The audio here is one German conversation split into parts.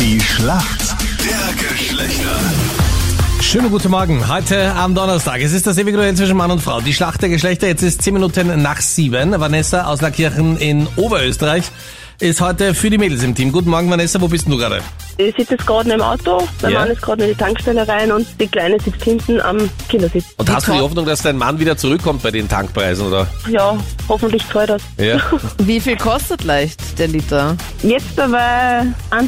Die Schlacht der Geschlechter. Schönen guten Morgen, heute am Donnerstag. Es ist das ewige Duell zwischen Mann und Frau. Die Schlacht der Geschlechter, jetzt ist 10 Minuten nach 7. Vanessa aus Lackirchen in Oberösterreich ist heute für die Mädels im Team. Guten Morgen Vanessa, wo bist du gerade? Ich sitze jetzt gerade im Auto, mein Mann ist gerade in die Tankstelle rein und die Kleine sitzt hinten am Kindersitz. Und hast du die Hoffnung, dass dein Mann wieder zurückkommt bei den Tankpreisen, oder? Ja, hoffentlich zahlt das. Ja. Wie viel kostet leicht der Liter? Jetzt dabei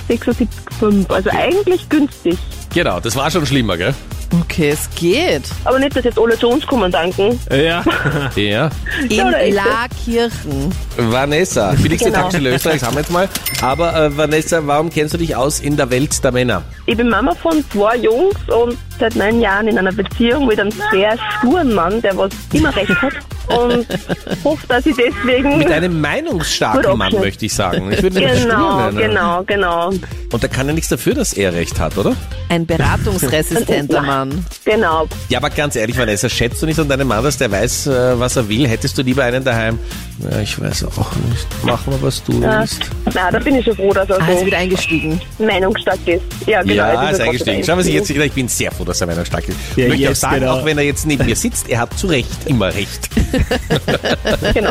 1,76,5, also eigentlich günstig. Genau, das war schon schlimmer, gell? Okay, es geht. Aber nicht, dass jetzt alle zu uns kommen, danken. Ja. Ja. In oder ist Lackirchen. Vanessa, billigste Genau. Tankstelle Österreichs haben wir jetzt mal. Aber Vanessa, warum kennst du dich aus in der Welt der Männer? Ich bin Mama von 2 Jungs und seit 9 Jahren in einer Beziehung mit einem sehr sturen Mann, der was immer recht hat. Und hoffe, dass ich deswegen... Mit einem meinungsstarken Gut Mann, abschnitt. möchte ich sagen. Ich würde nicht stur nennen. Genau. Und da kann er nichts dafür, dass er recht hat, oder? Ein beratungsresistenter Mann. Genau. Ja, aber ganz ehrlich, Vanessa, schätzt du nicht an deinen Mann, dass der weiß, was er will? Hättest du lieber einen daheim? Ja, ich weiß auch nicht. Mach mal, was du willst. Na, da bin ich schon froh, dass er Ist so wieder eingestiegen. meinungsstark ist. Ja, genau. Ja, jetzt ist er eingestiegen. Schau mal, ich bin sehr froh, dass er meinungsstark ist. Ja, Ich möchte auch jetzt sagen, genau. auch wenn er jetzt neben mir sitzt, er hat zu Recht immer recht. Genau.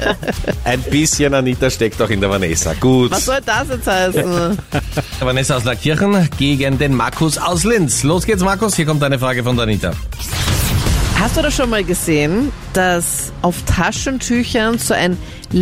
Ein bisschen Anita steckt auch in der Vanessa. Gut. Was soll das jetzt heißen? Vanessa aus Lackirchen gegen den Markus aus Linz. Los geht's, Markus. Hier kommt eine Frage von der Anita. Hast du das schon mal gesehen, dass auf Taschentüchern so ein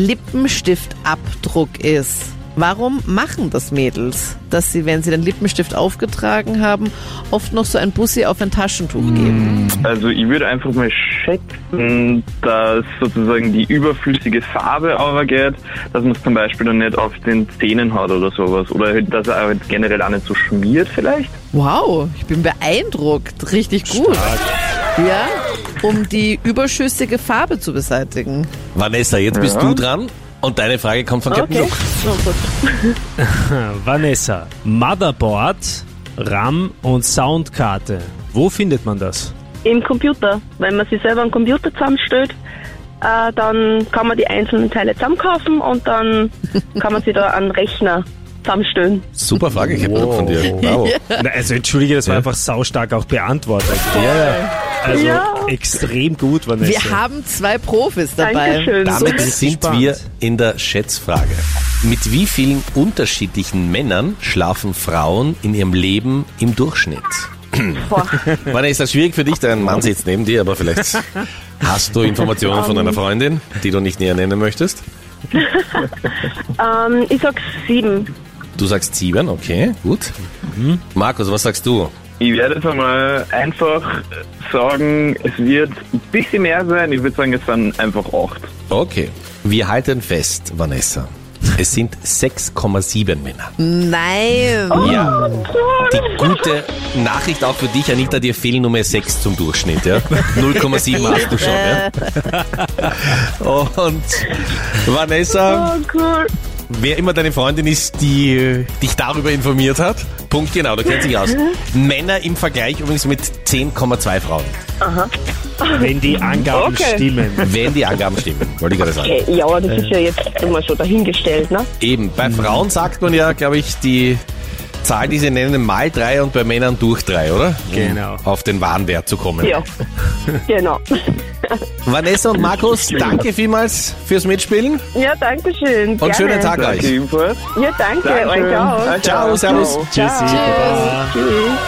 Lippenstiftabdruck ist? Warum machen das Mädels, dass sie, wenn sie den Lippenstift aufgetragen haben, oft noch so ein Bussi auf ein Taschentuch geben? Also ich würde einfach mal schätzen, dass sozusagen die überflüssige Farbe übergeht, dass man es zum Beispiel dann nicht auf den Zähnen hat oder sowas. Oder halt, dass er halt generell auch nicht so schmiert vielleicht. Wow, ich bin beeindruckt. Richtig gut. Ja, um die überschüssige Farbe zu beseitigen. Vanessa, jetzt bist Ja. du dran. Und deine Frage kommt von Captain Okay. Luke. Oh, gut. Vanessa, Motherboard, RAM und Soundkarte. Wo findet man das? Im Computer. Wenn man sich selber einen Computer zusammenstellt, dann kann man die einzelnen Teile zusammenkaufen und dann kann man sich da einen Rechner zusammenstellen. Super Frage, Captain Luke, von dir. Bravo. Na, also entschuldige, das war einfach saustark auch beantwortet. Also Ja. extrem gut, Vanessa. Wir haben 2 Profis dabei. Dankeschön. Damit bin ich sind gespannt. wir in der Schätzfrage. Mit wie vielen unterschiedlichen Männern schlafen Frauen in ihrem Leben im Durchschnitt? Boah. Vanessa, ist das schwierig für dich? Dein Mann sitzt neben dir, aber vielleicht hast du Informationen von einer Freundin, die du nicht näher nennen möchtest. Ich sag 7. Du sagst 7, okay, gut. Markus, was sagst du? Ich werde jetzt einmal einfach sagen, es wird ein bisschen mehr sein. Ich würde sagen, es sind einfach 8. Okay, wir halten fest, Vanessa. Es sind 6,7 Männer. Nein. Ja, die gute Nachricht auch für dich, Anita, dir fehlen Nummer 6 zum Durchschnitt. Ja? 0,7 hast du schon. Ja? Und Vanessa, Oh, cool. wer immer deine Freundin ist, die dich darüber informiert hat, Punkt genau, du kennst dich aus. Männer im Vergleich übrigens mit 10,2 Frauen. Wenn die Angaben Okay. stimmen. Wenn die Angaben stimmen, wollte ich gerade sagen. Okay, ja, aber das ist ja jetzt immer so dahingestellt, ne? Eben, bei Frauen sagt man ja, glaube ich, die Zahl, die sie nennen, mal 3 und bei Männern durch 3, oder? Genau. Um auf den Warenwert zu kommen. Ja, genau. Vanessa und Markus, danke vielmals fürs Mitspielen Ja, danke schön. und Gerne. schönen Tag Danke euch. ebenfalls. Ja, danke. Dankeschön. Euch auch. Ciao, servus. Tschüssi, Baba. Tschüss.